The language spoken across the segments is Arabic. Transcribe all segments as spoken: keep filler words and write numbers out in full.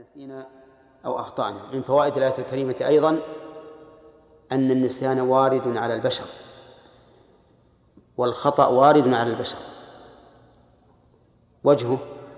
نسينا أو أخطأنا. من فوائد الآية الكريمة أيضا أن النسيان وارد على البشر والخطأ وارد على البشر. وجهه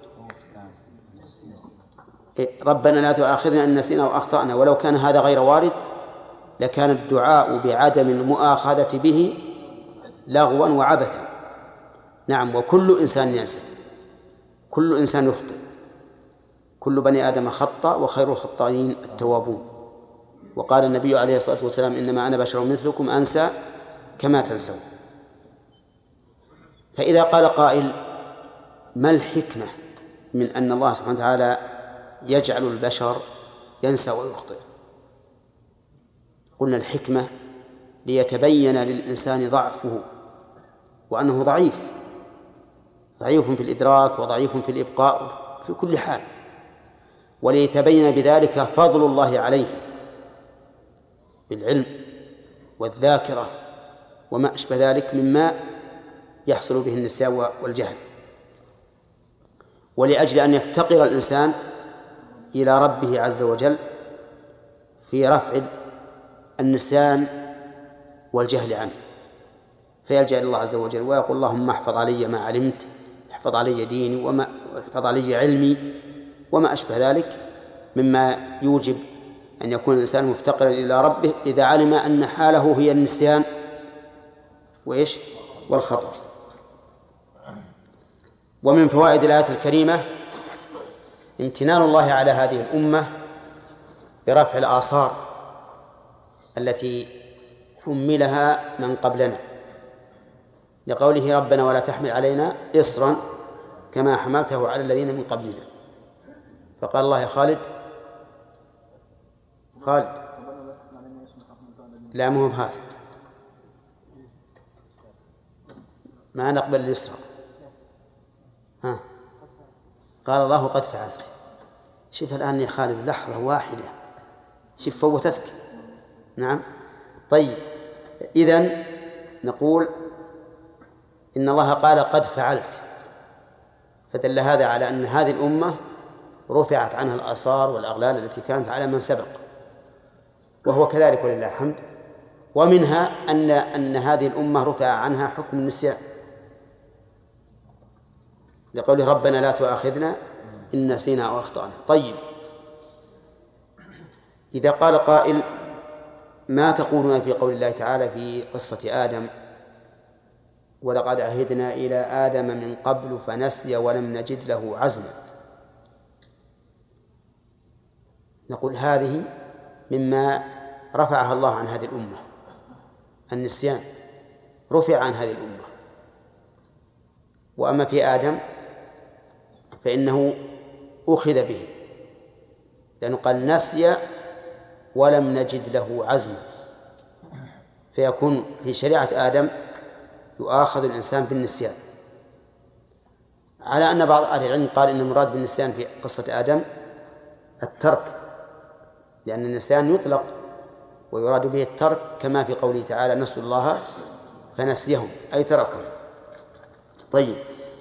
ربنا لا تؤاخذنا إن نسينا أو أخطأنا، ولو كان هذا غير وارد لكان الدعاء بعدم المؤاخذة به لغوا وعبثا. نعم، وكل إنسان ينسى، كل إنسان يخطئ، كل بني آدم خطأ وخير الخطائين التوابون. وقال النبي عليه الصلاة والسلام إنما أنا بشر مثلكم أنسى كما تنسون. فإذا قال قائل ما الحكمة من أن الله سبحانه وتعالى يجعل البشر ينسى ويخطئ؟ قلنا الحكمة ليتبين للإنسان ضعفه وأنه ضعيف ضعيف في الإدراك وضعيف في الإبقاء في كل حال، وليتبين بذلك فضل الله عليه بالعلم والذاكرة وما أشبه ذلك مما يحصل به النسيان والجهل، ولأجل أن يفتقر الإنسان إلى ربه عز وجل في رفع النسيان والجهل عنه، فيلجأ إلى الله عز وجل ويقول اللهم احفظ علي ما علمت، احفظ علي ديني وما احفظ علي علمي وما أشبه ذلك مما يوجب أن يكون الإنسان مفتقرا إلى ربه إذا علم أن حاله هي النسيان وإيش والخطأ. ومن فوائد الآية الكريمة امتنان الله على هذه الأمة برفع الآثار التي حملها من قبلنا، لقوله ربنا ولا تحمل علينا إصرا كما حملته على الذين من قبلنا. فقال الله يا خالد خالد لا مهم هذا ما نقبل الإصرا. ها قال الله قد فعلت. شوف الآن يا خالد لحظة واحدة، شوف فوتتك. نعم طيب، إذن نقول إن الله قال قد فعلت، فدل هذا على أن هذه الأمة رفعت عنها الآثار والأغلال التي كانت على من سبق، وهو كذلك ولله الحمد. ومنها أن أن هذه الأمة رفع عنها حكم النسيان لقول ربنا لا تؤاخذنا إن نسينا أو أخطأنا. طيب، إذا قال قائل ما تقولون في قول الله تعالى في قصة آدم ولقد عهدنا إلى آدم من قبل فنسي ولم نجد له عزما؟ نقول هذه مما رفعها الله عن هذه الأمة، النسيان رفع عن هذه الأمة. وأما في آدم فإنه أخذ به، لأنه قال نسي ولم نجد له عزما، فيكون في شريعة آدم يؤاخذ الإنسان بالنسيان، على أن بعض أهل العلم قال إن المراد بالنسيان في قصة آدم الترك، لأن النسيان يطلق ويراد به الترك كما في قوله تعالى نسوا الله فنسيهم أي تركهم. طيب،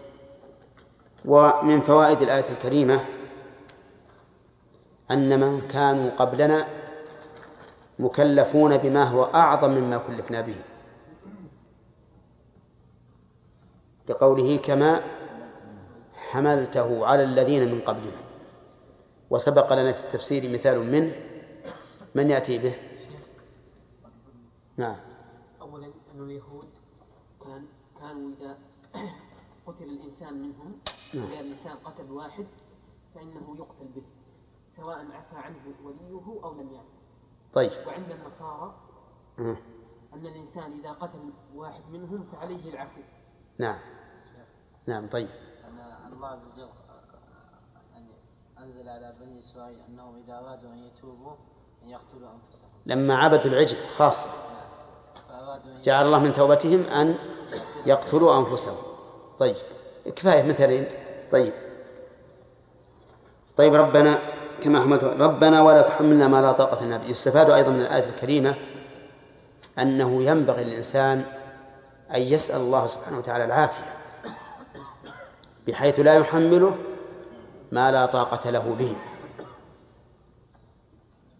ومن فوائد الآية الكريمة أن من كانوا قبلنا مكلفون بما هو أعظم مما كلفنا به، لقوله كما حملته على الذين من قبلنا. وسبق لنا في التفسير مثال منه، من يأتي به؟ نعم. أولا أن اليهود كان كانوا إذا قتل الإنسان منهم إذا الإنسان قتل واحد فإنه يقتل به سواء عفى عنه وليه أو لم يعفى. طيب. وعند النصارى أه. أن الإنسان إذا قتل واحد منهم فعليه العفو. نعم نعم. طيب، أن الله عز وجل أنزل على بني إسرائيل أنهم إذا أرادوا أن يتوبوا أن يقتلوا أنفسهم لما عبدوا العجل خاصة جعل الله من توبتهم أن يقتلوا أنفسهم. طيب، كفاية مثلين. طيب طيب ربنا كما حملت ربنا ولا تحملنا ما لا طاقة لنا به. يستفاد أيضا من الآية الكريمة أنه ينبغي للإنسان أن يسأل الله سبحانه وتعالى العافية بحيث لا يحمله ما لا طاقة له به،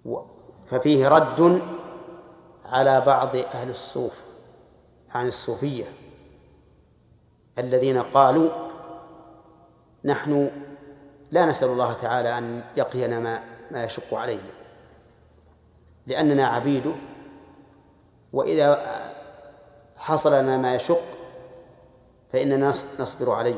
ففيه رد على بعض أهل الصوف عن الصوفية الذين قالوا نحن لا نسأل الله تعالى أن يقينا ما, ما يشق علينا لأننا عبيده، وإذا حصل لنا ما يشق فإننا نصبر عليه.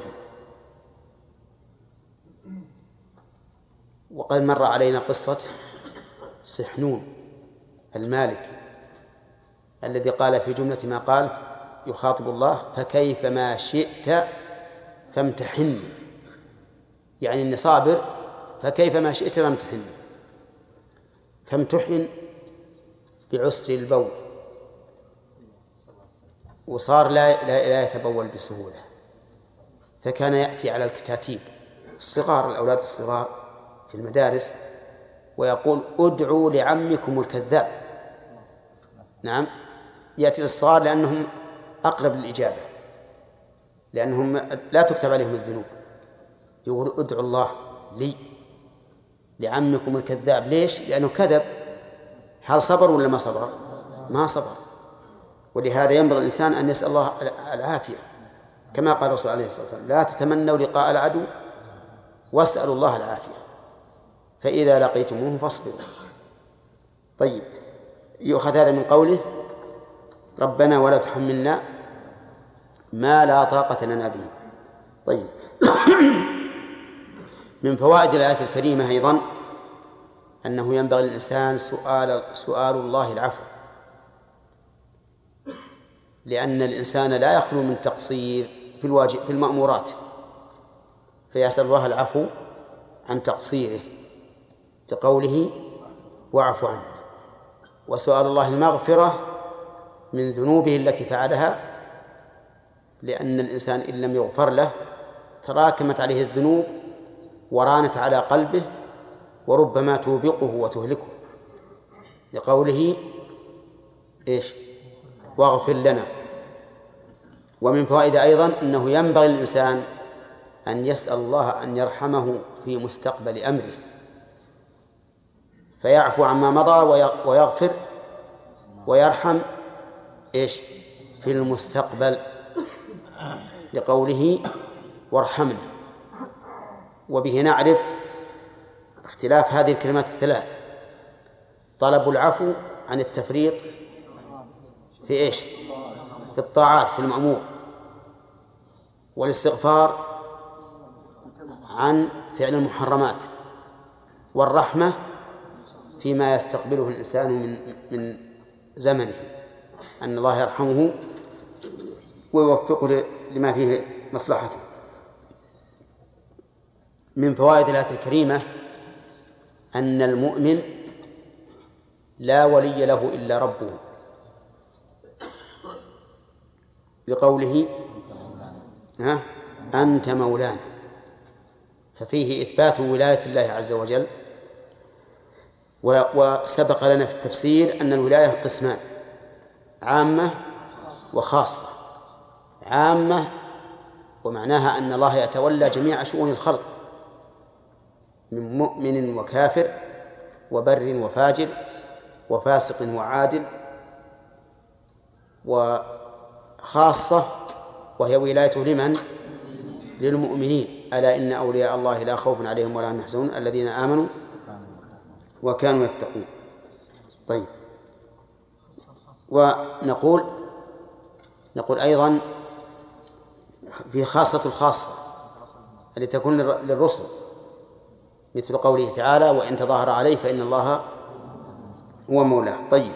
وقد مر علينا قصة سحنون المالك الذي قال في جملة ما قال يخاطب الله فكيف ما شئت فامتحني، يعني إني صابر فكيف ما شئت فامتحني، فامتحن بعسر البول وصار لا, لا, لا يتبول بسهولة، فكان يأتي على الكتاتيب الصغار الأولاد الصغار في المدارس ويقول ادعوا لعمكم الكذاب. نعم، يأتي للصغار لأنهم أقرب للإجابة، لأنهم لا تكتب عليهم الذنوب، يقول ادعوا الله لي لعمكم الكذاب. ليش؟ لأنه كذب. هل صبر ولا ما صبر؟ ما صبر. ولهذا ينبغي الإنسان أن يسأل الله العافية، كما قال الرسول عليه الصلاة والسلام لا تتمنوا لقاء العدو واسألوا الله العافية فإذا لقيتموه فاصبروا. طيب، يؤخذ هذا من قوله ربنا ولا تحملنا ما لا طاقة لنا به. طيب من فوائد الآية الكريمة أيضا أنه ينبغي للإنسان سؤال, سؤال الله العفو، لأن الإنسان لا يخلو من تقصير في الواجب في المأمورات، فيسأل الله العفو عن تقصيره لقوله واعف عنه، وسؤال الله المغفرة من ذنوبه التي فعلها، لأن الإنسان إن لم يغفر له تراكمت عليه الذنوب ورانت على قلبه وربما توبقه وتهلكه، لقوله إيش واغفر لنا. ومن فوائد أيضا أنه ينبغي للإنسان أن يسأل الله أن يرحمه في مستقبل أمره، فيعفو عما مضى ويغفر ويرحم إيش في المستقبل، لقوله وارحمنا. وبه نعرف اختلاف هذه الكلمات الثلاث: طلب العفو عن التفريط في إيش في الطاعات في المأمور، والاستغفار عن فعل المحرمات، والرحمة فيما يستقبله الإنسان من من زمنه، أن الله يرحمه ويوفقه لما فيه مصلحته. من فوائد الآية الكريمة أن المؤمن لا ولي له إلا ربه، لقوله ها أنت مولانا، ففيه إثبات ولاية الله عز وجل. وسبق لنا في التفسير أن الولاية قسمان: عامة وخاصة. عامة ومعناها أن الله يتولى جميع شؤون الخلق من مؤمن وكافر وبر وفاجر وفاسق وعادل. وخاصة وهي ولايته لمن؟ للمؤمنين: ألا إن أولياء الله لا خوف عليهم ولا هم يحزنون الذين آمنوا وكانوا يتقون. طيب، ونقول نقول أيضا في خاصة الخاصة التي تكون للرسل، مثل قوله تعالى وإن تظاهر عليه فإن الله هو مولاه. طيب،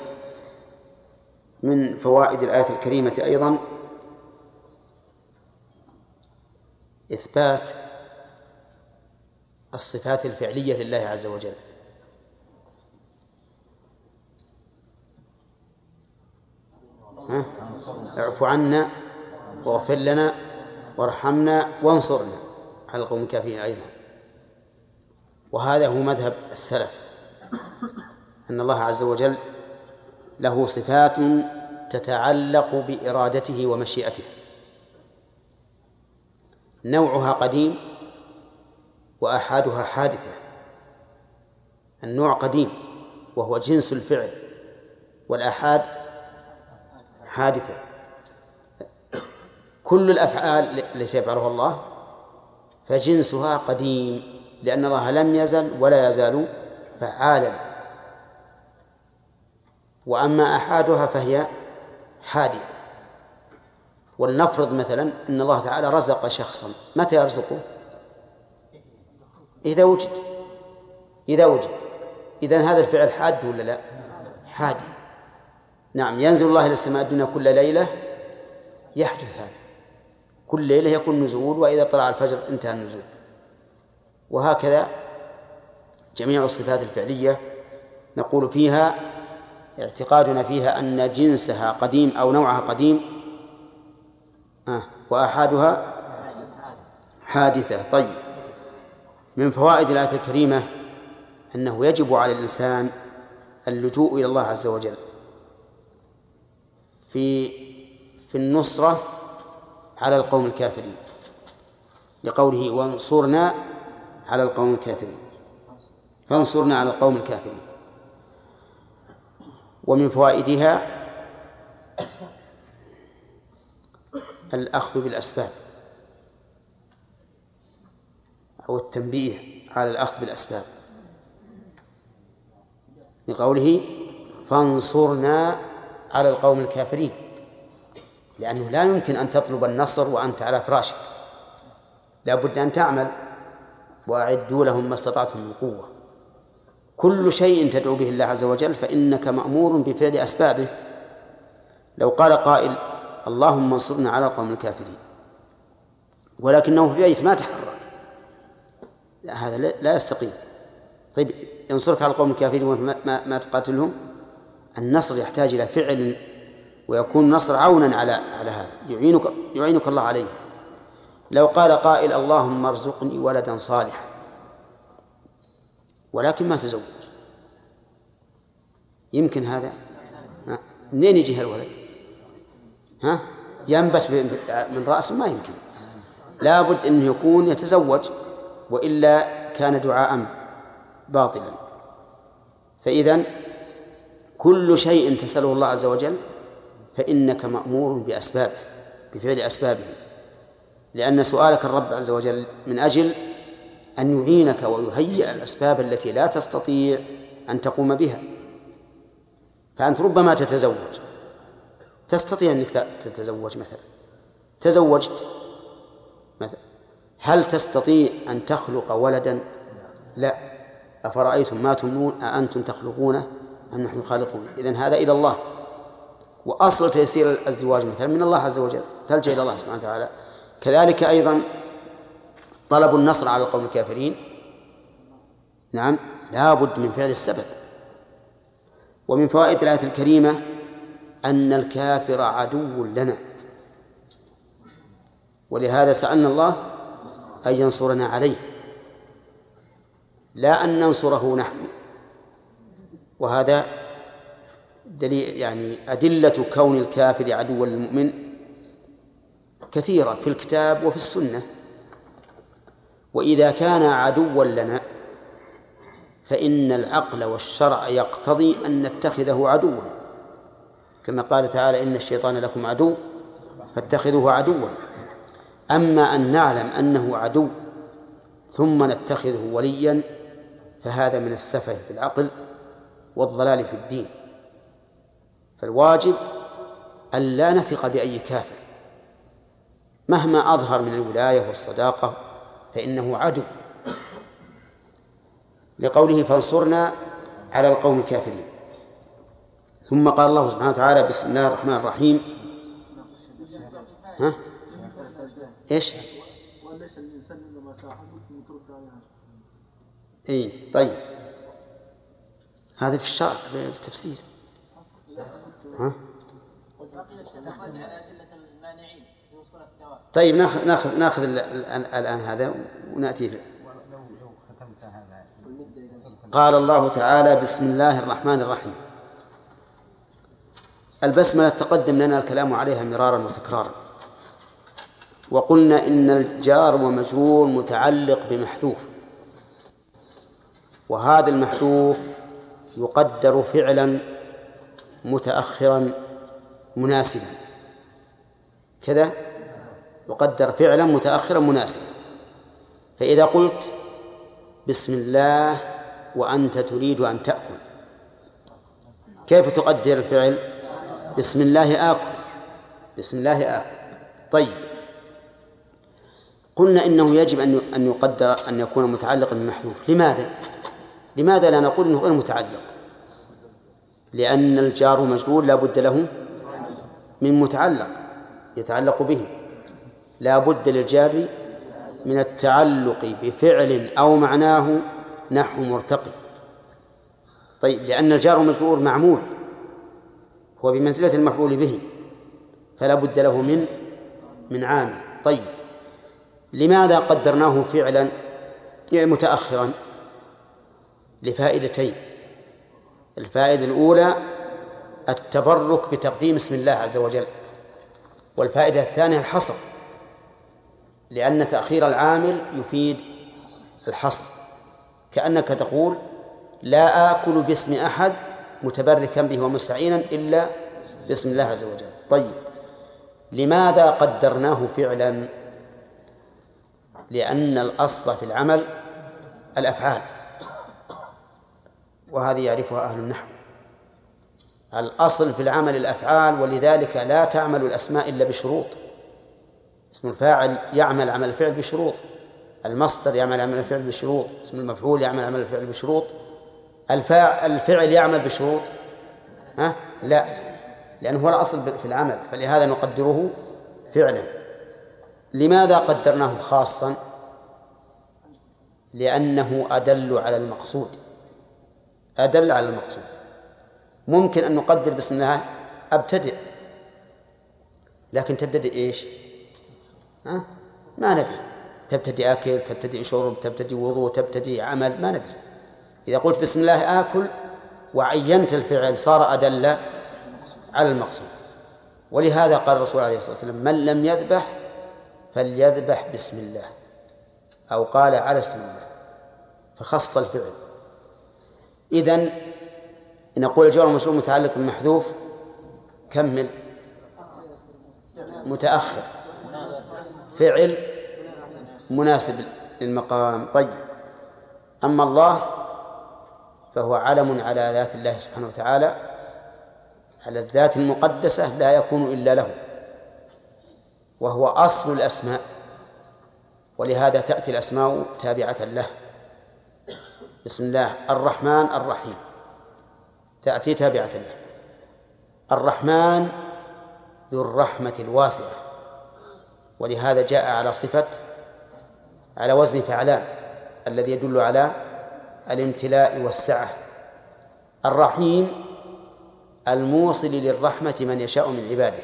من فوائد الآية الكريمة أيضا إثبات الصفات الفعلية لله عز وجل. ها؟ اعف عنا واغفر لنا وارحمنا وانصرنا على القوم الكافرين أيضا. وهذا هو مذهب السلف، أن الله عز وجل له صفات تتعلق بإرادته ومشيئته، نوعها قديم وأحادها حادثة. النوع قديم وهو جنس الفعل، والآحاد حادثة. كل الأفعال التي يفعلها الله فجنسها قديم، لأن الله لم يزل ولا يزال فعالا. وأما آحادها فهي حادثة. ولنفرض مثلا أن الله تعالى رزق شخصا، متى يرزقه؟ إذا وجد إذا وجد إذن هذا الفعل حادث ولا لا؟ حادث. نعم، ينزل الله إلى السماء الدنيا كل ليلة، يحدث هذا كل ليلة يكون نزول، وإذا طلع الفجر انتهى النزول. وهكذا جميع الصفات الفعلية نقول فيها اعتقادنا فيها أن جنسها قديم أو نوعها قديم، آه وآحادها حادثة. طيب، من فوائد الآية الكريمة أنه يجب على الإنسان اللجوء إلى الله عز وجل في في النصرة على القوم الكافرين، لقوله وانصرنا على القوم الكافرين، فانصرنا على القوم الكافرين. ومن فوائدها الأخذ بالأسباب أو التنبيه على الأخذ بالأسباب، لقوله فانصرنا على القوم الكافرين، لأنه لا يمكن أن تطلب النصر وأنت على فراشك، لا بد أن تعمل. وأعدوا لهم ما استطعتم من قوة. كل شيء تدعو به الله عز وجل فإنك مأمور بفعل أسبابه. لو قال قائل اللهم انصرنا على القوم الكافرين ولكنه في بيت ما تحرك، هذا لا يستقيم. طيب، ينصرك على القوم الكافرين وما ما تقاتلهم؟ النصر يحتاج إلى فعل، ويكون نصر عونا على على هذا، يعينك يعينك الله عليه. لو قال قائل اللهم ارزقني ولدا صالحا ولكن ما تزوج، يمكن هذا؟ منين يجي هالولد؟ ها؟ ينبت من رأسه؟ ما يمكن، لا بد أن يكون يتزوج، وإلا كان دعاء باطلا. فإذن كل شيء تسأله الله عز وجل فإنك مأمور بأسبابه، بفعل أسبابه، لأن سؤالك الرب عز وجل من أجل أن يعينك ويهيئ الأسباب التي لا تستطيع أن تقوم بها. فأنت ربما تتزوج، تستطيع أنك تتزوج مثلا، تزوجت مثلا، هل تستطيع أن تخلق ولدا؟ لا. أفرأيتم ما تمنون أأنتم تخلقونه أم نحن خالقون؟ إذن هذا إلى الله. وأصل تيسير الزواج مثلا من الله عز وجل، تلجأ إلى الله سبحانه وتعالى. كذلك أيضا طلب النصر على القوم الكافرين، نعم، لا بد من فعل السبب. ومن فوائد الآية الكريمة أن الكافر عدو لنا، ولهذا سألنا الله أن ينصرنا عليه، لا أن ننصره نحن. وهذا دليل، يعني أدلة كون الكافر عدوا للمؤمن كثيرة في الكتاب وفي السنة. وإذا كان عدوا لنا فإن العقل والشرع يقتضي أن نتخذه عدوا، كما قال تعالى إن الشيطان لكم عدو فاتخذوه عدوا. أما أن نعلم أنه عدو ثم نتخذه وليا فهذا من السفه في العقل والضلال في الدين. فالواجب أن لا نثق بأي كافر مهما أظهر من الولاية والصداقة، فإنه عدو، لقوله فانصرنا على القوم الكافرين. ثم قال الله سبحانه وتعالى بسم الله الرحمن الرحيم. ها؟ إيش؟ وليس الإنسان إلا ما سعى ممكن يترك عليها. إيه طيب، هذا في الشرع في التفسير. ها؟ طيب ناخذ ناخذ ناخذ الآن هذا ونأتي. قال الله تعالى بسم الله الرحمن الرحيم. البسملة تقدم لنا الكلام عليها مرارا وتكرارا، وقلنا إن الجار ومجرور متعلق بمحذوف، وهذا المحذوف يقدر فعلا متأخرا مناسبا كذا، يقدر فعلا متأخرا مناسبا. فإذا قلت بسم الله وأنت تريد أن تأكل، كيف تقدر الفعل؟ بسم الله آكل، بسم الله آكل. طيب، قلنا إنه يجب أن يقدر أن يكون متعلقا بمحذوف. لماذا؟ لماذا لا نقول إنه غير متعلق؟ لأن الجار مجرور لا بد له من متعلق يتعلق به، لا بد للجار من التعلق بفعل أو معناه نحو مرتقي. طيب، لأن الجار مجرور معمول، هو بمنزلة المفعول به، فلا بد له من من عامل. طيب، لماذا قدرناه فعلا متأخرا؟ لفائدتين. الفائدة الأولى التبرك بتقديم اسم الله عز وجل، والفائدة الثانية الحصر، لأن تأخير العامل يفيد الحصر، كأنك تقول لا آكل باسم أحد متبركا به ومستعينا إلا باسم الله عز وجل. طيب، لماذا قدرناه فعلا؟ لأن الأصل في العمل الأفعال، وهذه يعرفها أهل النحو. الأصل في العمل الأفعال، ولذلك لا تعمل الأسماء إلا بشروط. اسم الفاعل يعمل عمل الفعل بشروط، المصدر يعمل عمل الفعل بشروط، اسم المفعول يعمل عمل الفعل بشروط. الفاعل الفعل يعمل بشروط؟ ها؟ لا، لأنه هو الأصل في العمل، فلهذا نقدره فعلا. لماذا قدرناه خاصا؟ لأنه أدل على المقصود، أدل على المقصود. ممكن أن نقدر بسم الله أبتدئ، لكن تبتدئ إيش؟ أه؟ ما ندري، تبتدئ أكل، تبتدئ شرب، تبتدئ وضوء، تبتدئ عمل، ما ندري. إذا قلت بسم الله آكل وعينت الفعل صار أدل على المقصود. ولهذا قال الرسول عليه الصلاة والسلام من لم يذبح فليذبح بسم الله، أو قال على اسم الله، فخص الفعل. إذن نقول الجواب المشروع متعلق بالمحذوف، كمل. متأخر، فعل مناسب للمقام. طيب، أما الله فهو علم على ذات الله سبحانه وتعالى، على الذات المقدسة لا يكون إلا له، وهو أصل الأسماء، ولهذا تأتي الأسماء تابعة له. بسم الله الرحمن الرحيم تأتي تابعة له. الرحمن ذو الرحمة الواسعة، ولهذا جاء على صفة على وزن فعلان الذي يدل على الامتلاء والسعة. الرحيم الموصل للرحمة من يشاء من عباده،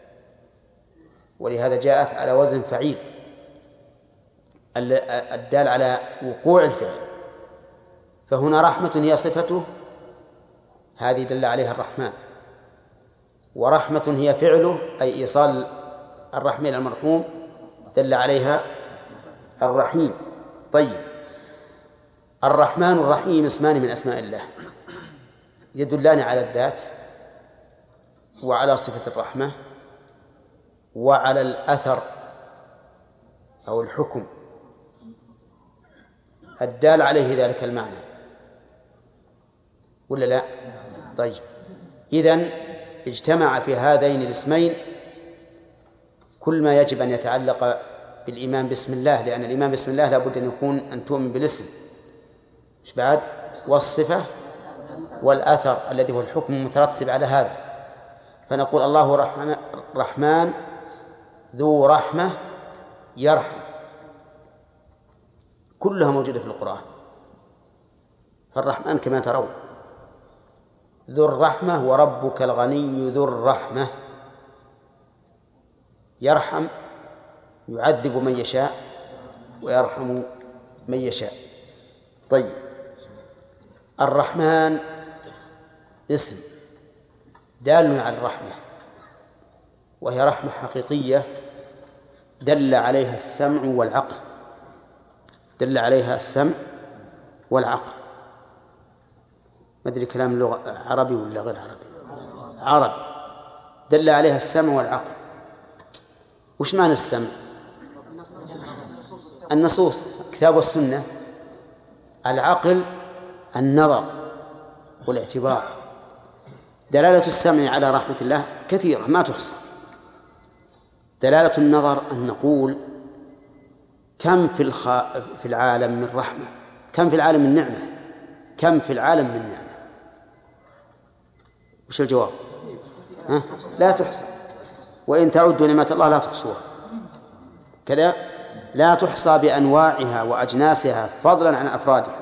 ولهذا جاءت على وزن فعيل الدال على وقوع الفعل. فهنا رحمة هي صفته، هذه دل عليها الرحمن، ورحمة هي فعله أي إيصال الرحمة إلى المرحوم دل عليها الرحيم. طيب، الرحمن والرحيم اسمان من أسماء الله يدلان على الذات وعلى صفة الرحمة وعلى الأثر أو الحكم الدال عليه ذلك المعنى، ولا لا؟ طيب، إذن اجتمع في هذين الاسمين كل ما يجب أن يتعلق بالإيمان بسم الله، لأن الإيمان بسم الله لا بد أن يكون أن تؤمن بالاسم، مش بعد؟ والصفة والأثر الذي هو الحكم المترتب على هذا. فنقول الله رحمن, رحمن ذو رحمة يرحم، كلها موجودة في القرآن. فالرحمن كما ترون ذو الرحمة، وربك الغني ذو الرحمة. يرحم يعذب من يشاء ويرحم من يشاء. طيب، الرحمن اسم دال على الرحمة، وهي رحمة حقيقية دل عليها السمع والعقل، دل عليها السمع والعقل. ما أدري كلام اللغة عربي ولا غير عربي، عربي، دل عليها السمع والعقل. وش معنى السمع؟ النصوص، كتاب والسنة. العقل النظر والاعتبار. دلالة السمع على رحمة الله كثيرة ما تحصى. دلالة النظر أن نقول كم في, الخ... في العالم من رحمة، كم في العالم من نعمة، كم في العالم من نعمة. وش الجواب؟ ها؟ لا تحصى. وإن تعدوا نعمة الله لا تحصوها. كذا لا تحصى بأنواعها وأجناسها فضلا عن أفرادها.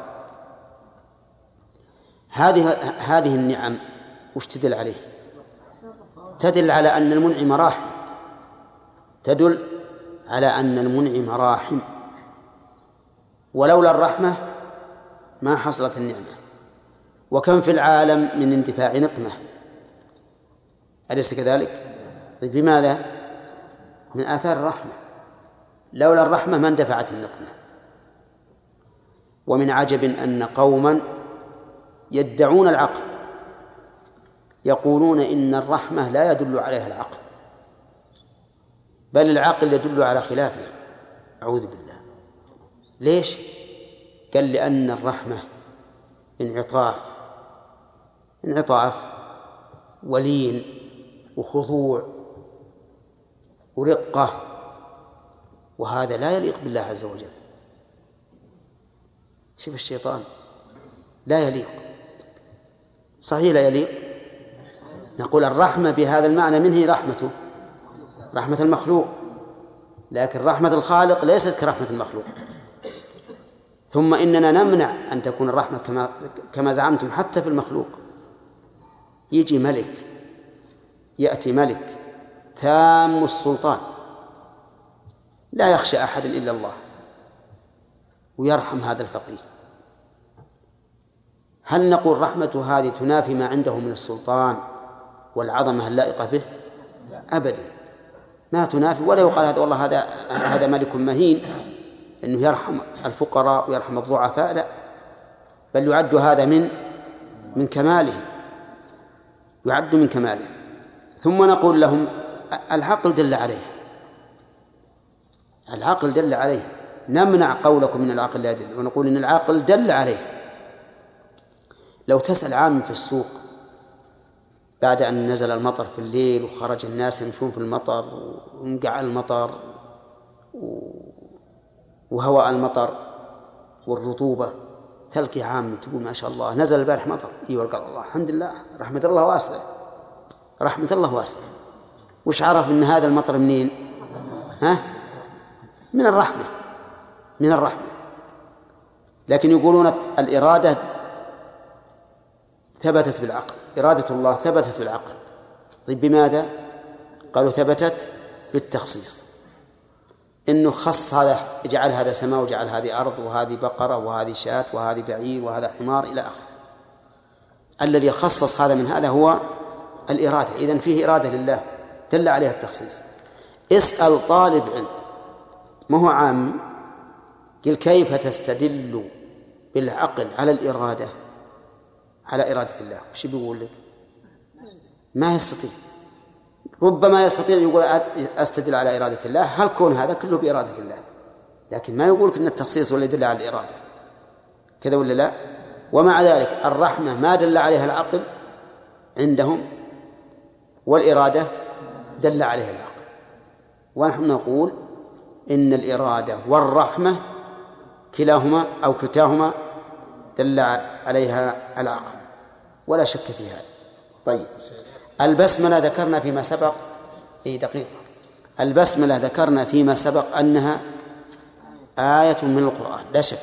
هذه هذه النعم وش تدل عليه؟ تدل على أن المنعم راحم، تدل على أن المنعم راحم، ولولا الرحمة ما حصلت النعمة. وكم في العالم من اندفاع نقمة، أليس كذلك؟ بماذا؟ من آثار الرحمة. لولا الرحمة ما اندفعت النقمة. ومن عجب أن قوما يدعون العقل يقولون إن الرحمة لا يدل عليها العقل، بل العقل يدل على خلافها. أعوذ بالله. ليش؟ قال لأن الرحمة انعطاف، انعطاف ولين وخضوع ورقة، وهذا لا يليق بالله عز وجل. شوف الشيطان، لا يليق، صحيح لا يليق. نقول الرحمة بهذا المعنى من هي رحمته؟ رحمة المخلوق، لكن رحمة الخالق ليست كرحمة المخلوق. ثم إننا نمنع أن تكون الرحمة كما, كما زعمتم حتى في المخلوق. يجي ملك، يأتي ملك تام السلطان لا يخشى أحد إلا الله ويرحم هذا الفقير، هل نقول رحمة هذه تنافي ما عنده من السلطان والعظمة اللائقة به؟ أبدا، ما تنافي. ولا يقال هذا والله هذا هذا ملك مهين أنه يرحم الفقراء ويرحم الضعفاء، لا، بل يعد هذا من من كماله، يعد من كماله. ثم نقول لهم العقل دل عليه، العقل دل عليه، نمنع قولكم من العقل لا يدل، ونقول إن العقل دل عليه. لو تسأل عام في السوق بعد أن نزل المطر في الليل وخرج الناس يمشون في المطر وانقع المطر وهواء المطر والرطوبة، تلقي عام تقول ما شاء الله نزل البارح مطر، اي قال الله الحمد لله رحمة الله واسعة، رحمة الله واسعة. وش عرف ان هذا المطر منين؟ ها؟ من الرحمة، من الرحمة. لكن يقولون الإرادة ثبتت بالعقل، إرادة الله ثبتت بالعقل. طيب بماذا؟ قالوا ثبتت بالتخصيص، إنه خص هذا، جعل هذا سماء وجعل هذه أرض وهذه بقرة وهذه شاة وهذه بعير وهذا حمار إلى آخره. الذي خصص هذا من هذا هو الإرادة. إذن فيه إرادة لله دل عليها التخصيص. اسأل طالب علم ما هو عام، قل كيف تستدل بالعقل على الإرادة، على إرادة الله، وش بيقول لك؟ ما يستطيع. ربما يستطيع يقول أستدل على إرادة الله، هل كون هذا كله بإرادة الله، لكن ما يقول أن التخصيص ولا يدل على الإرادة، كذا ولا لا؟ ومع ذلك الرحمة ما دل عليها العقل عندهم، والإرادة دل عليها العقل. ونحن نقول إن الإرادة والرحمة كلاهما أو كلتاهما دل عليها العقل، ولا شك في هذا. طيب البسملة ذكرنا فيما سبق، أي دقيقة، البسملة ذكرنا فيما سبق أنها آية من القرآن لا شك،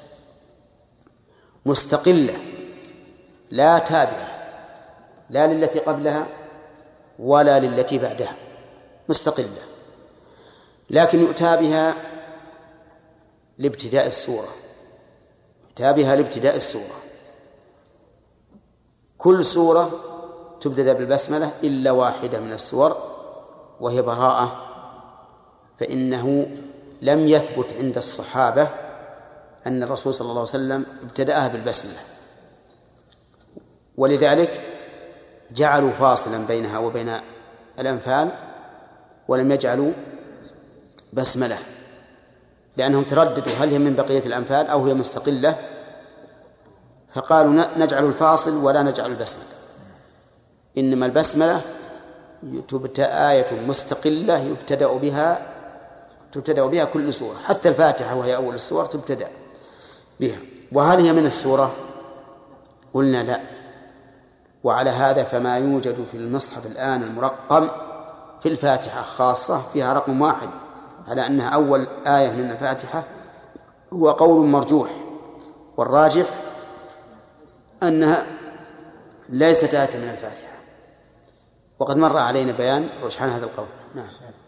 مستقلة لا تابعة لا للتي قبلها ولا للتي بعدها، مستقلة، لكن يؤتى بها لابتداء السورة، يؤتى بها لابتداء السورة. كل سورة تبدأ بالبسملة إلا واحدة من السور وهي براءة، فإنه لم يثبت عند الصحابة أن الرسول صلى الله عليه وسلم ابتدأها بالبسملة، ولذلك جعلوا فاصلا بينها وبين الأنفال ولم يجعلوا بسملة، لأنهم ترددوا هل هي من بقية الأنفال أو هي مستقلة، فقالوا نجعل الفاصل ولا نجعل البسملة. إنما البسملة تبتدأ آية مستقلة يبتدأ بها تبتدأ بها كل سورة، حتى الفاتحة وهي أول السور تبتدأ بها. وهل هي من السورة؟ قلنا لا. وعلى هذا فما يوجد في المصحف الآن المرقم في الفاتحة خاصة فيها رقم واحد على أنها أول آية من الفاتحة هو قول مرجوح، والراجح أنها ليست آية من الفاتحة، وقد مر علينا بيان رجحان هذا القول. نعم.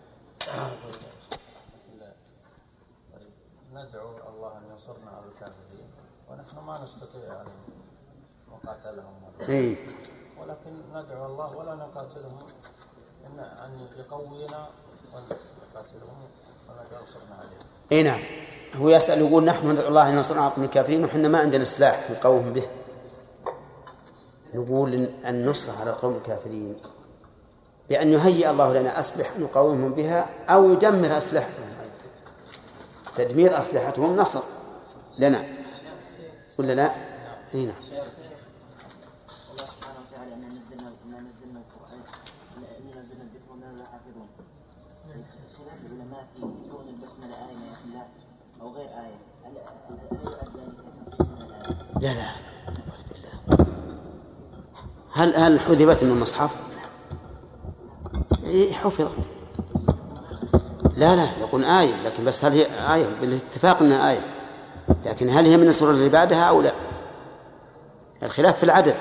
ندعو الله أن ينصرنا على الكافرين ونحن ما نستطيع أن نقاتلهم، إيه. ولكن ندعو الله ولا نقاتلهم إن أن يقوينا ونقاتلهم وندعو ينصرنا عليهم. إيه نعم. هو يسأل يقول نحن ندعو الله أن ينصرنا على الكافرين وحنا ما عندنا سلاح نقوم به. نقول النصر على القوم الكافرين بأن يهيئ الله لنا أسلحة نقاومهم بها أو يدمر أسلحتهم. تدمير أسلحتهم نصر لنا ولا لا؟ هنا الله سبحانه وتعالى أن نزلنا ما نزلنا القرآن أن نزلنا الذكر وما لا حافظون. خلاف العلماء في كون البسملة آية من الله أو غير آية، هل يؤدي ذلك تنقيص من الآية؟ لا لا بالله. هل هل حذفت من المصحف؟ إيه حفظت. لا لا يقول آية، لكن بس هل هي آية بالاتفاق أنها آية، لكن هل هي من السورة اللي بعدها أو لا؟ الخلاف في العدد.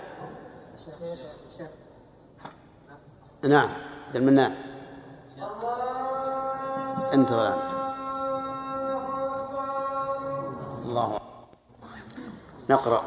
نعم عبد المنان أنت الآن. الله نقرأ.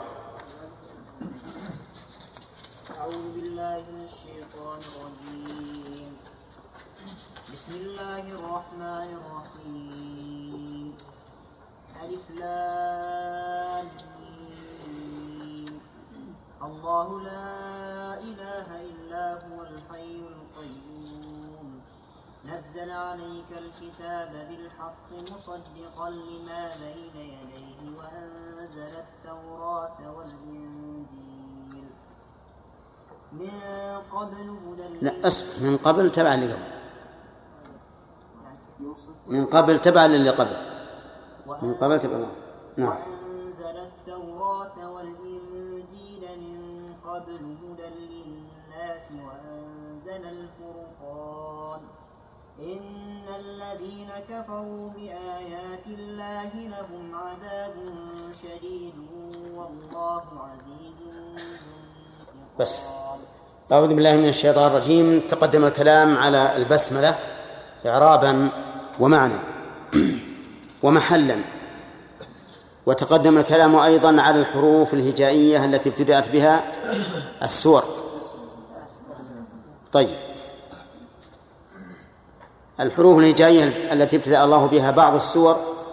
أعوذ بالله من الشيطان الرجيم. بسم الله الرحمن الرحيم. ألف لام ميم. الله لا إله إلا هو الحي القيوم نزل عليك الكتاب بالحق مصدقا لما بين يديه وأنزل التوراة والإنجيل من قبل هدى. لا أصبر، من قبل تبع اللي قبل، من قبل تبع اللي قبل، من قبل تبع. نعم. وأنزل التوراة والإنجيل من قبل هدى للناس وأنزل الفرقان إن الذين كفروا بآيات الله لهم عذاب شديد والله عزيز. بس أعوذ بالله من الشيطان الرجيم. تقدم الكلام على البسملة إعرابا ومعنى ومحلا، وتقدم الكلام أيضا على الحروف الهجائية التي ابتدأت بها السور. طيب، الحروف الهجائية التي ابتدأ الله بها بعض السور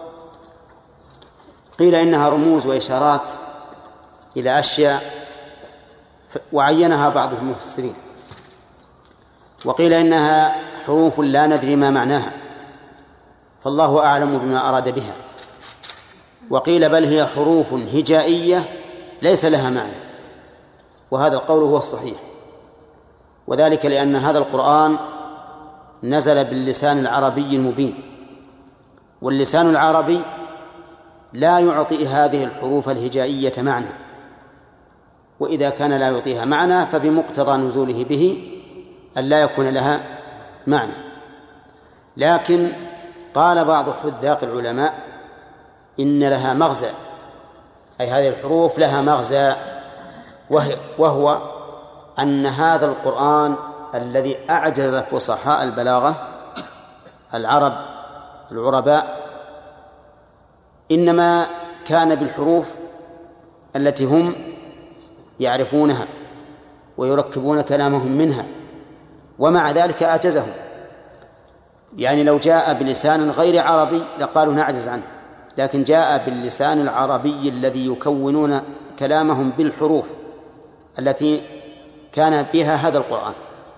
قيل إنها رموز وإشارات إلى أشياء وعينها بعض المفسرين، وقيل إنها حروف لا ندري ما معناها فالله أعلم بما أراد بها، وقيل بل هي حروف هجائية ليس لها معنى، وهذا القول هو الصحيح، وذلك لأن هذا القرآن نزل باللسان العربي المبين، واللسان العربي لا يعطي هذه الحروف الهجائية معنى، وإذا كان لا يعطيها معنى فبمقتضى نزوله به أن لا يكون لها معنى. لكن قال بعض حذاق العلماء إن لها مغزى، أي هذه الحروف لها مغزى، وهو أن هذا القرآن الذي أعجز فصحاء البلاغة العرب العرباء إنما كان بالحروف التي هم يعرفونها ويركبون كلامهم منها، ومع ذلك أعجزهم. يعني لو جاء بلسان غير عربي لقالوا نعجز عنه، لكن جاء باللسان العربي الذي يكونون كلامهم بالحروف التي كان بها هذا القرآن.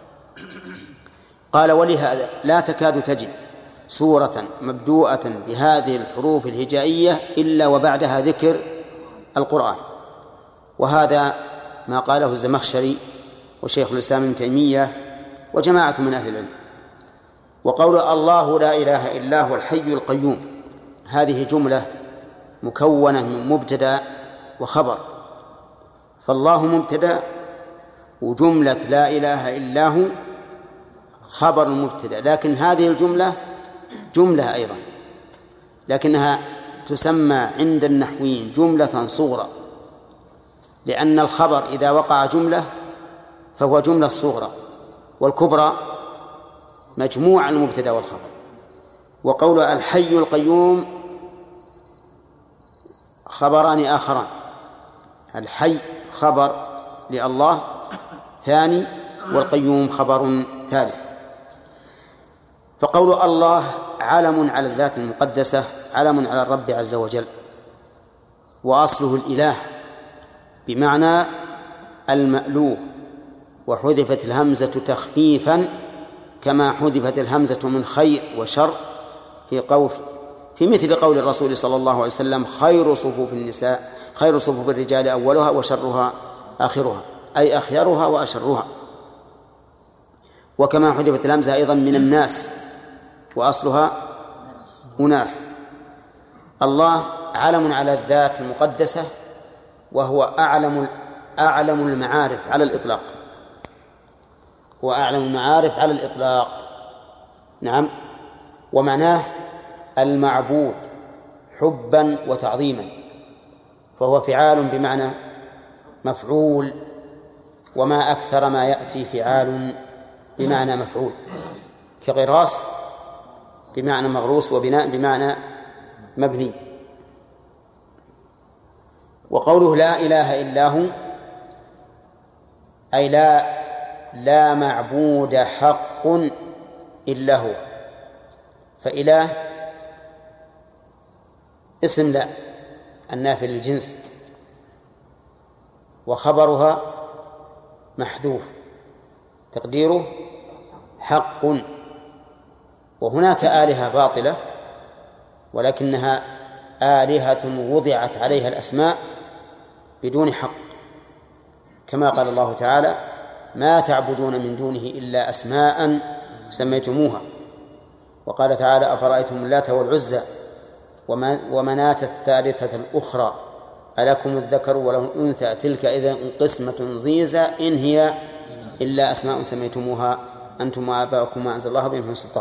قال ولهذا لا تكاد تجد سورة مبدوءة بهذه الحروف الهجائية إلا وبعدها ذكر القرآن. وهذا ما قاله الزمخشري وشيخ الإسلام ابن تيمية وجماعة من أهل العلم. وقول الله لا إله إلا هو الحي القيوم هذه جملة مكونة من مبتدأ وخبر، فالله مبتدأ وجملة لا إله إلا هو خبر المبتدأ، لكن هذه الجملة جملة أيضا، لكنها تسمى عند النحويين جملة صغرى، لأن الخبر إذا وقع جملة فهو جملة صغرى، والكبرى مجموع المبتدأ والخبر. وقول الحي القيوم خبران آخران، الحي خبر لله ثاني، والقيوم خبر ثالث. فقول الله علم على الذات المقدسة، علم على الرب عز وجل، وأصله الإله بمعنى المألوه، وحذفت الهمزة تخفيفا كما حذفت الهمزة من خير وشر في قول في مثل قول الرسول صلى الله عليه وسلم خير صفوف النساء خير صفوف الرجال أولها وشرها آخرها، أي أخيرها وأشرها. وكما حذفت الهمزة أيضا من الناس وأصلها أناس. الله علم على الذات المقدسة، وهو أعلم أعلم المعارف على الإطلاق، هو أعلم المعارف على الإطلاق. نعم. ومعناه المعبود حبا وتعظيما، فهو فعال بمعنى مفعول، وما أكثر ما يأتي فعال بمعنى مفعول، كغراس بمعنى مغروس، وبناء بمعنى مبني. وقوله لا إله إلا هو أي لا لا معبود حق إلا هو، فإله اسم لا النافي للجنس، وخبرها محذوف تقديره حق. وهناك آلهة باطلة ولكنها آلهة وضعت عليها الأسماء بدون حق، كما قال الله تعالى ما تعبدون من دونه إلا أسماء سميتموها. وقال تعالى أفرأيتم اللات والعزى ومناة الثالثة الأخرى ألكم الذكر وله الأنثى تلك إذن قسمة ضيزى إن هي إلا أسماء سميتموها أنتم وآباؤكم ما أنزل الله بهم من سلطان.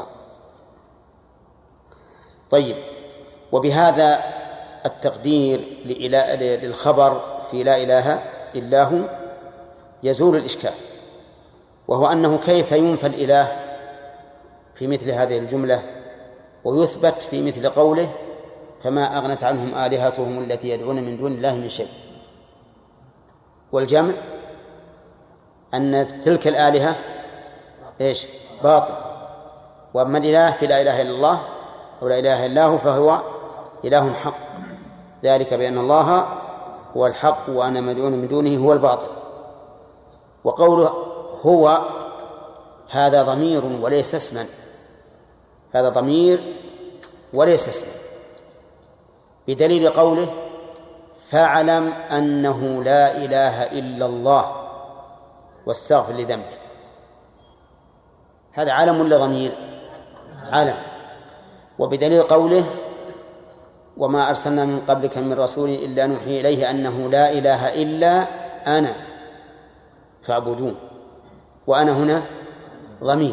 طيب، وبهذا التقدير للخبر في لا إله إلا هو يزول الإشكال، وهو أنه كيف ينفى الإله في مثل هذه الجملة ويثبت في مثل قوله فما أغنت عنهم آلهتهم التي يدعون من دون الله من شيء. والجمع أن تلك الآلهة إيش باطل، وأما الإله في لا إله إلا الله أو لا إله إلا هو فهو إله حق، ذلك بأن الله هو الحق وأنا مدعون من دونه هو الباطل. وقوله هو هذا ضمير وليس اسما، هذا ضمير وليس اسما، بدليل قوله فاعلم أنه لا إله إلا الله واستغفر لذنبك. هذا علم ولا ضمير؟ علم. وبدليل قوله وما أرسلنا من قبلك من رسول إلا نوحي إليه أنه لا إله إلا أنا فاعبدون، وأنا هنا ضمير.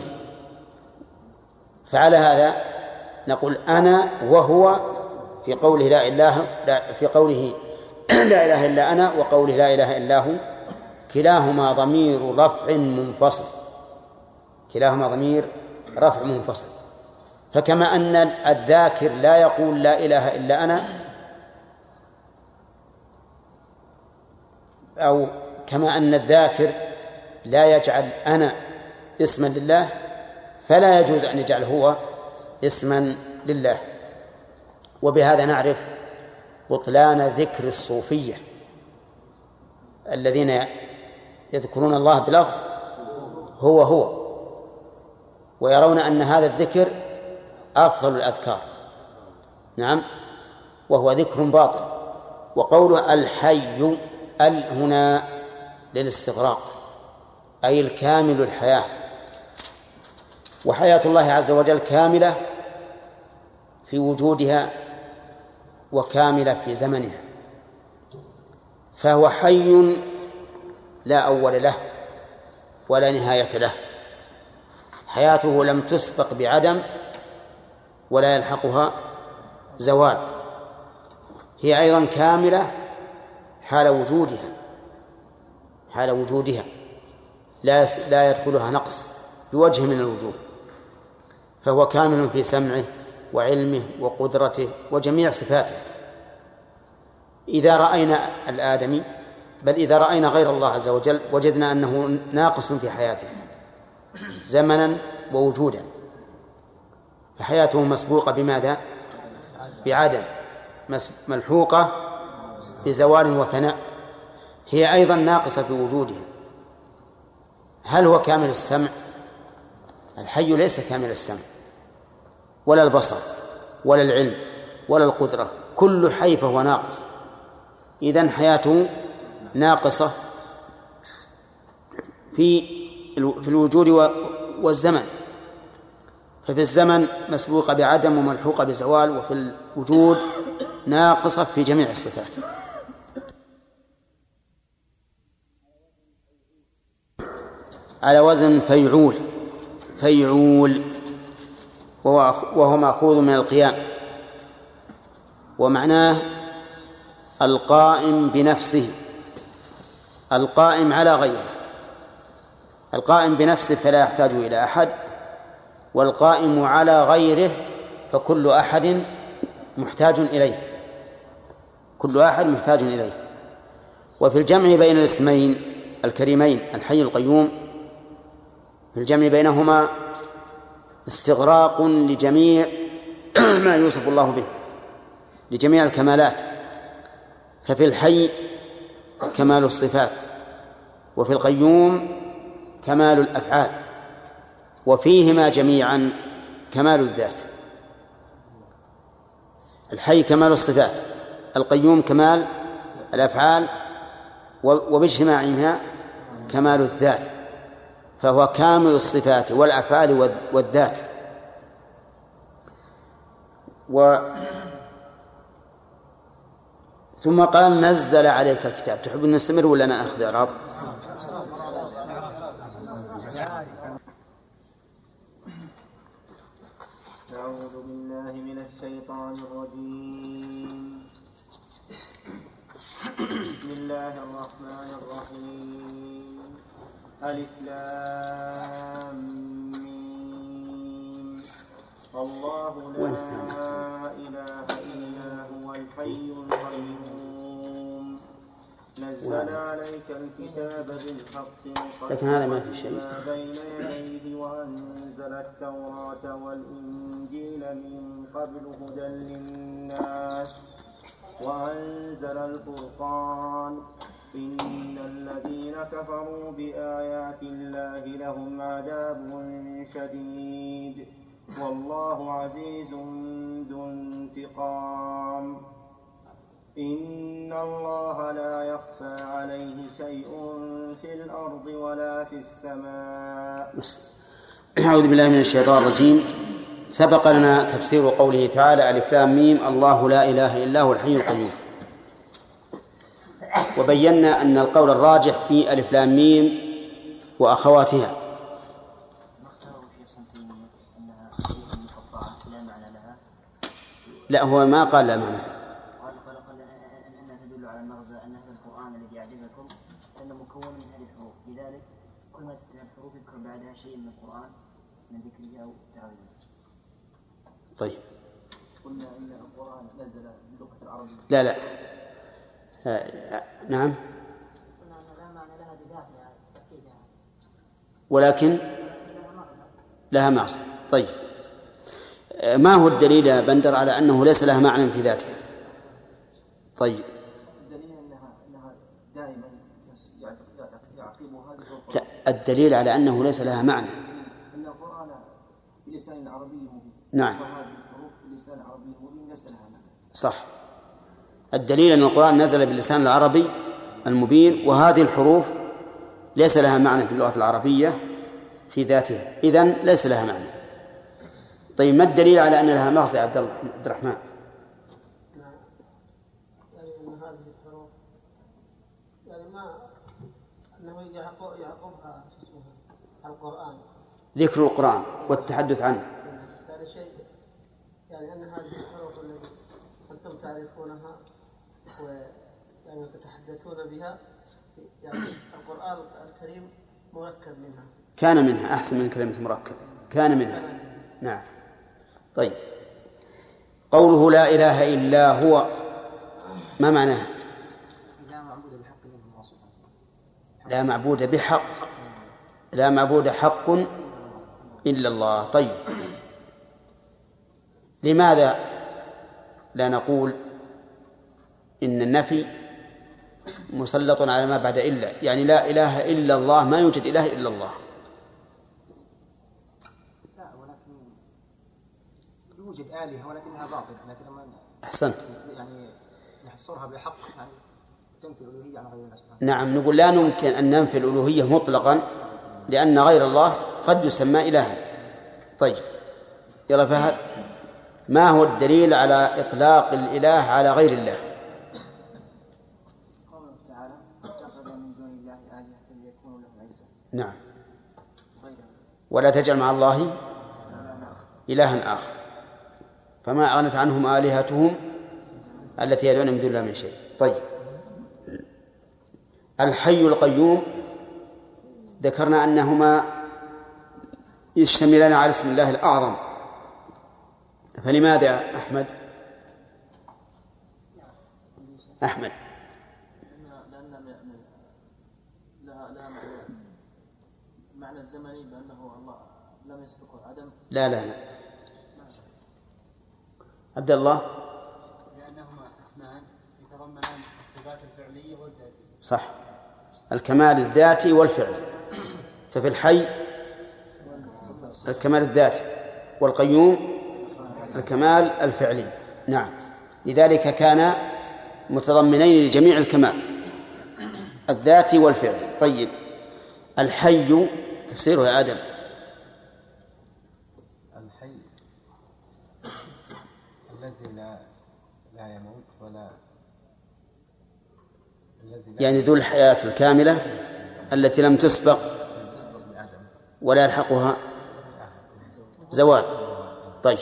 فعلى هذا نقول أنا وهو في قوله لا إله لا في قوله لا إله إلا أنا وقوله لا إله إلا هو كلاهما ضمير رفع منفصل، كلاهما ضمير رفع منفصل. فكما أن الذاكر لا يقول لا إله إلا أنا، أو كما أن الذاكر لا يجعل أنا اسما لله، فلا يجوز أن يجعل هو اسما لله. وبهذا نعرف بطلان ذكر الصوفية الذين يذكرون الله بلفظ هو هو، ويرون أن هذا الذكر أفضل الأذكار. نعم، وهو ذكر باطل. وقوله الحي، ال هنا للاستغراق، أي الكامل الحياة، وحياة الله عز وجل كاملة في وجودها وكاملة في زمنها، فهو حي لا أول له ولا نهاية له. حياته لم تسبق بعدم ولا يلحقها زوال، هي أيضا كاملة حال وجودها حال وجودها لا لا يدخلها نقص بوجه من الوجوه، فهو كامل في سمعه وعلمه وقدرته وجميع صفاته. إذا رأينا الآدمي، بل إذا رأينا غير الله عز وجل، وجدنا أنه ناقص في حياته زمنا ووجودا، فحياته مسبوقة بماذا؟ بعدم، ملحوقة بزوال وفناء. هي أيضا ناقصة في وجودها. هل هو كامل السمع؟ الحي ليس كامل السمع ولا البصر ولا العلم ولا القدرة، كل حي فهو ناقص. إذن حياته ناقصة في في الوجود والزمن، ففي الزمن مسبوقة بعدم وملحوقة بزوال، وفي الوجود ناقصة في جميع الصفات. على وزن فيعول، فيعول وهو مأخوذ من القيام، ومعناه القائم بنفسه، القائم على غيره. القائم بنفسه فلا يحتاج إلى أحد، والقائم على غيره فكل أحد محتاج إليه، كل أحد محتاج إليه. وفي الجمع بين الاسمين الكريمين الحي القيوم، في الجمع بينهما استغراق لجميع ما يوصف الله به، لجميع الكمالات. ففي الحي كمال الصفات، وفي القيوم كمال الأفعال، وفيهما جميعا كمال الذات. الحي كمال الصفات، القيوم كمال الأفعال، وباجتماعها كمال الذات، فهو كامل الصفات والأفعال والذات. و ثم قال نزل عليك الكتاب. تحب أن نستمر ولا نأخذ إعراب؟ أعوذ بالله من الشيطان الرجيم. بسم الله الرحمن الرحيم. ألف لام ميم. الله لا إله إلا هو الحي القيوم نزل عليك الكتاب بالحق لكن هذا ما في شيء ما بين يديه وأنزل التوراة والإنجيل من قبل هدى للناس وأنزل الفرقان إن الذين كفروا بآيات الله لهم عذاب شديد والله عزيز ذو انتقام. إن الله لا يخفى عليه شيء في الأرض ولا في السماء. أعوذ بالله من الشيطان الرجيم. سبق لنا تفسير قوله تعالى ألف لام ميم الله لا إله إلا هو الحي القيوم، وبينا أن القول الراجح في ألف لام ميم وأخواتها. لا، هو ما قال لا معنى. قال قال قال أنها تدل على المغزى أن هذا القرآن الذي يعجزكم أنه مكون من هذه الحروف، لذلك كل ما تتبع الحروف يذكر بعدها شيء من القرآن من ذكره أو تعظيمه. طيب. قلنا إن القرآن نزل باللغة العربية. لا لا. آه نعم. قلنا أن لا معنى لها بذاتها تأكيدها. ولكن لها مغزى. طيب. ما هو الدليل يا بندر على أنه ليس لها معنى في ذاتها؟ طيب. الدليل أنها أنها دائما يعتقد يعقب هذه الحروف. لا، الدليل على أنه ليس لها معنى أن القرآن بلسان عربي مبين. نعم. وهذه الحروف بلسان عربي مبين ليس لها معنى. صح. الدليل أن القرآن نزل باللسان العربي المبين، وهذه الحروف ليس لها معنى في اللغة العربية في ذاتها، إذن ليس لها معنى. طيب ما الدليل على أن لها مغزى عبد الرحمن؟ يعني أن هذه الحروف يعني ما أنه يعقبها اسمها القرآن، ذكر القرآن والتحدث عنه. يعني شيء يعني أن هذه الحروف التي أنتم تعرفونها ويعني تتحدثون بها، يعني القرآن الكريم مركب منها. كان منها، أحسن من كلمة مركب، كان منها. نعم. طيب قوله لا إله إلا هو ما معناه؟ لا معبود بحق إلا الله سبحانه. لا معبود بحق، لا معبود حق إلا الله. طيب لماذا لا نقول إن النفي مسلط على ما بعد إلا؟ يعني لا إله إلا الله، ما يوجد إله إلا الله. لا، ولكن يوجد آلهة ولكنها باطلة، لكن لما أحسنت. يعني نحصرها بحق يعني تنفي الألوهية عن غير الله سبحانه. نعم، نقول لا يمكن أن ننفي الألوهية مطلقا، لأن غير الله قد يسمى إلها. طيب يلا فهد، ما هو الدليل على إطلاق الإله على غير الله؟ قوله تعالى: اتخذ من دون الله آلهة ليكونوا له عزا. نعم. ولا تجعل مع الله إلها آخر، فما أغنت عنهم آلهتهم التي يدعون من دون الله من شيء. طيب الحي القيوم ذكرنا أنهما يشتملان على اسم الله الأعظم، فلماذا يا أحمد؟ أحمد لأن لها لها معنى الزمني بأنه الله لم يسبقه عدم. لا لا لا عبد الله. لأنهما اسمان يتضمنان الصفات الفعلية والذاتية. صح، الكمال الذاتي والفعلي. ففي الحي الكمال الذاتي، والقيوم الكمال الفعلي. نعم، لذلك كان متضمنين لجميع الكمال الذاتي والفعلي. طيب الحي تفسيره يا آدم؟ الحي الذي لا لا يموت ولا يعني ذو الحياة الكاملة التي لم تسبق ولا يلحقها زوال. طيب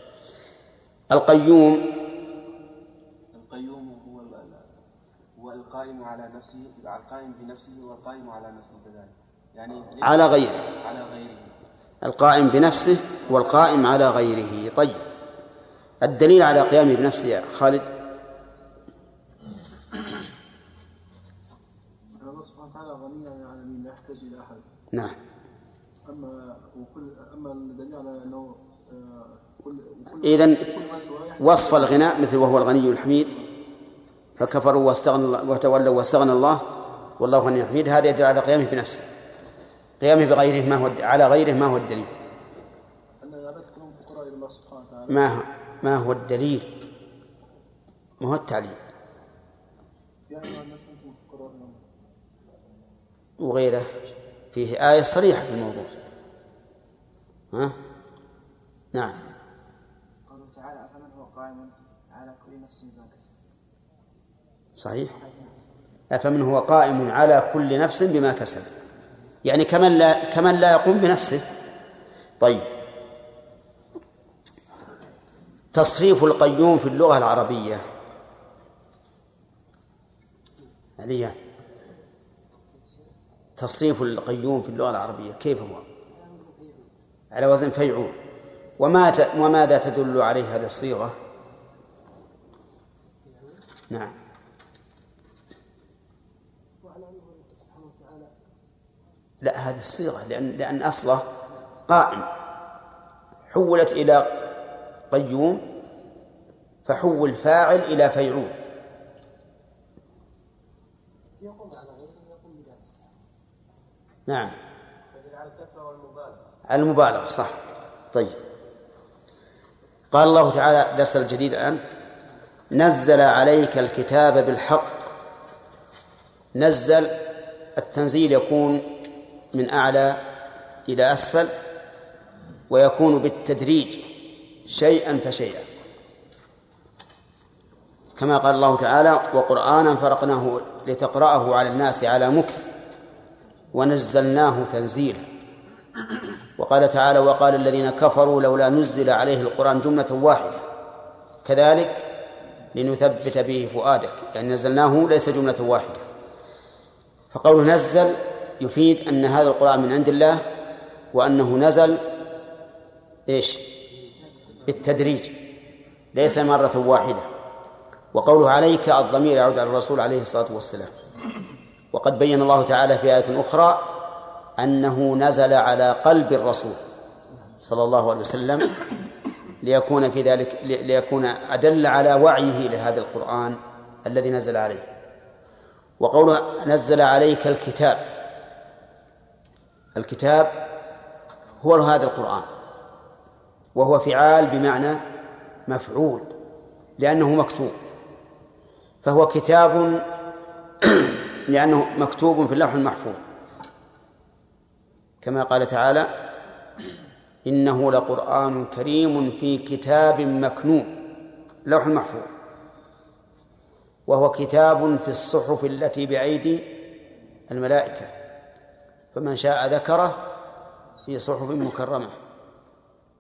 القيوم القيوم هو هو القائم على نفسه، القائم بنفسه والقائم على نفسه كذلك، يعني على غيره، على غيره. القائم بنفسه والقائم على غيره. طيب الدليل على قيامه بنفسه يا خالد؟ الله سبحانه وتعالى غني عن العالمين لا يحتاج إلى أحد. نعم. أما وكل أما الدليل على أنه إذن وصف الغناء مثل وهو الغني الحميد فكفروا واستغنى وتولوا واستغنى الله والله غني حميد، هذا يدل على قيامه بنفسه. قيامه بغيره ما هو على غيره ما هو الدليل؟ ما ما هو الدليل؟ ما هو التعليل وغيره فيه آية صريحة في الموضوع. ها؟ نعم. قوله تعالى: أفمن هو قائم على كل نفس بما كسب. صحيح. أفمن هو قائم على كل نفس بما كسب، يعني كمن لا كمن لا يقوم بنفسه. طيب تصريف القيوم في اللغة العربية عليا، تصريف القيوم في اللغة العربية كيف هو؟ على وزن فيعول. وما ت... وماذا تدل عليه هذه الصيغة؟ نعم. لا، هذه الصيغة لأن لأن أصله قائم حولت إلى قيوم فحول فاعل إلى فيعول. نعم على الكثرة والمبالغة. على المبالغة صح. طيب قال الله تعالى درس الجديد الآن: نزل عليك الكتاب بالحق. نزل التنزيل يكون من أعلى إلى أسفل، ويكون بالتدريج شيئا فشيئا، كما قال الله تعالى: وقرآنا فرقناه لتقرأه على الناس على مكث ونزلناه تنزيلا. وقال تعالى: وقال الذين كفروا لولا نزل عليه القرآن جملة واحدة كذلك لنثبت به فؤادك، يعني نزلناه ليس جملة واحدة. فقوله نزل يفيد أن هذا القرآن من عند الله، وأنه نزل إيش؟ بالتدريج ليس مرة واحدة. وقوله عليك الضمير يعود على الرسول عليه الصلاة والسلام. وقد بين الله تعالى في آية أخرى أنه نزل على قلب الرسول صلى الله عليه وسلم ليكون في ذلك ليكون أدل على وعيه لهذا القرآن الذي نزل عليه. وقوله نزل عليك الكتاب، الكتاب هو هذا القرآن، وهو فعال بمعنى مفعول لأنه مكتوب، فهو كتاب لأنه مكتوب في اللوح المحفوظ، كما قال تعالى: إنه لقرآن كريم في كتاب مكنون، لوح المحفوظ، وهو كتاب في الصحف التي بأيدي الملائكة، فمن شاء ذكره في صحف مكرمة.